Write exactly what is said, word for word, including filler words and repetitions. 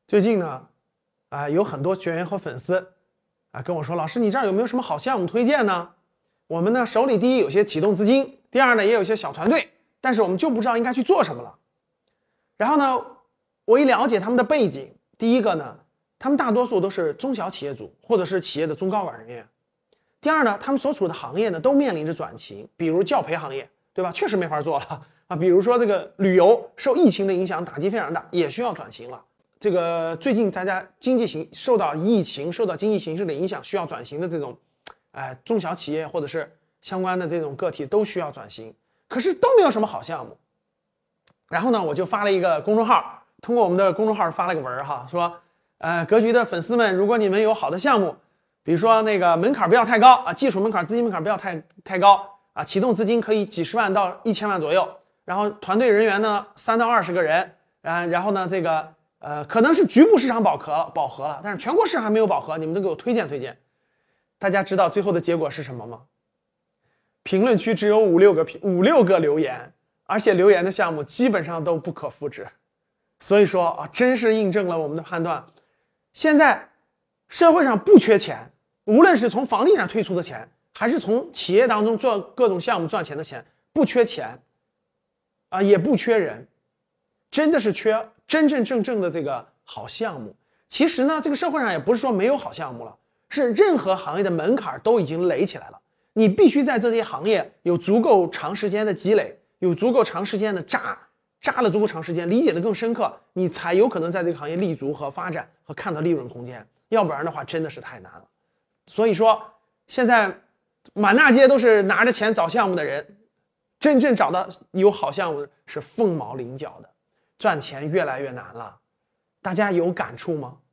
最近呢，啊、有很多学员和粉丝啊跟我说，老师你这儿有没有什么好项目推荐呢？我们呢手里第一有些启动资金，第二呢也有些小团队，但是我们就不知道应该去做什么了。然后呢，我一了解他们的背景，第一个呢，他们大多数都是中小企业主或者是企业的中高管人员。第二呢，他们所处的行业呢都面临着转型，比如教培行业，对吧？确实没法做了啊。比如说这个旅游受疫情的影响打击非常大，也需要转型了。这个最近大家经济形受到疫情、受到经济形势的影响，需要转型的这种，哎、呃，中小企业或者是相关的这种个体都需要转型，可是都没有什么好项目。然后呢，我就发了一个公众号，通过我们的公众号发了个文哈，说，呃，格局的粉丝们，如果你们有好的项目，比如说那个门槛不要太高啊，技术门槛、资金门槛不要太太高啊，启动资金可以几十万到一千万左右，然后团队人员呢三到二十个人，啊，然后呢这个呃可能是局部市场饱和饱和了，但是全国市场还没有饱和，你们都给我推荐推荐。大家知道最后的结果是什么吗？评论区只有五六个五六个留言，而且留言的项目基本上都不可复制。所以说啊，真是印证了我们的判断，现在社会上不缺钱。无论是从房地产退出的钱，还是从企业当中做各种项目赚钱的钱，不缺钱，啊，也不缺人，真的是缺真真正正的这个好项目。其实呢，这个社会上也不是说没有好项目了，是任何行业的门槛都已经垒起来了，你必须在这些行业有足够长时间的积累，有足够长时间的扎扎了足够长时间，理解的更深刻，你才有可能在这个行业立足和发展和看到利润空间，要不然的话真的是太难了。所以说，现在满大街都是拿着钱找项目的人，真正找到有好项目是凤毛麟角的，赚钱越来越难了。大家有感触吗？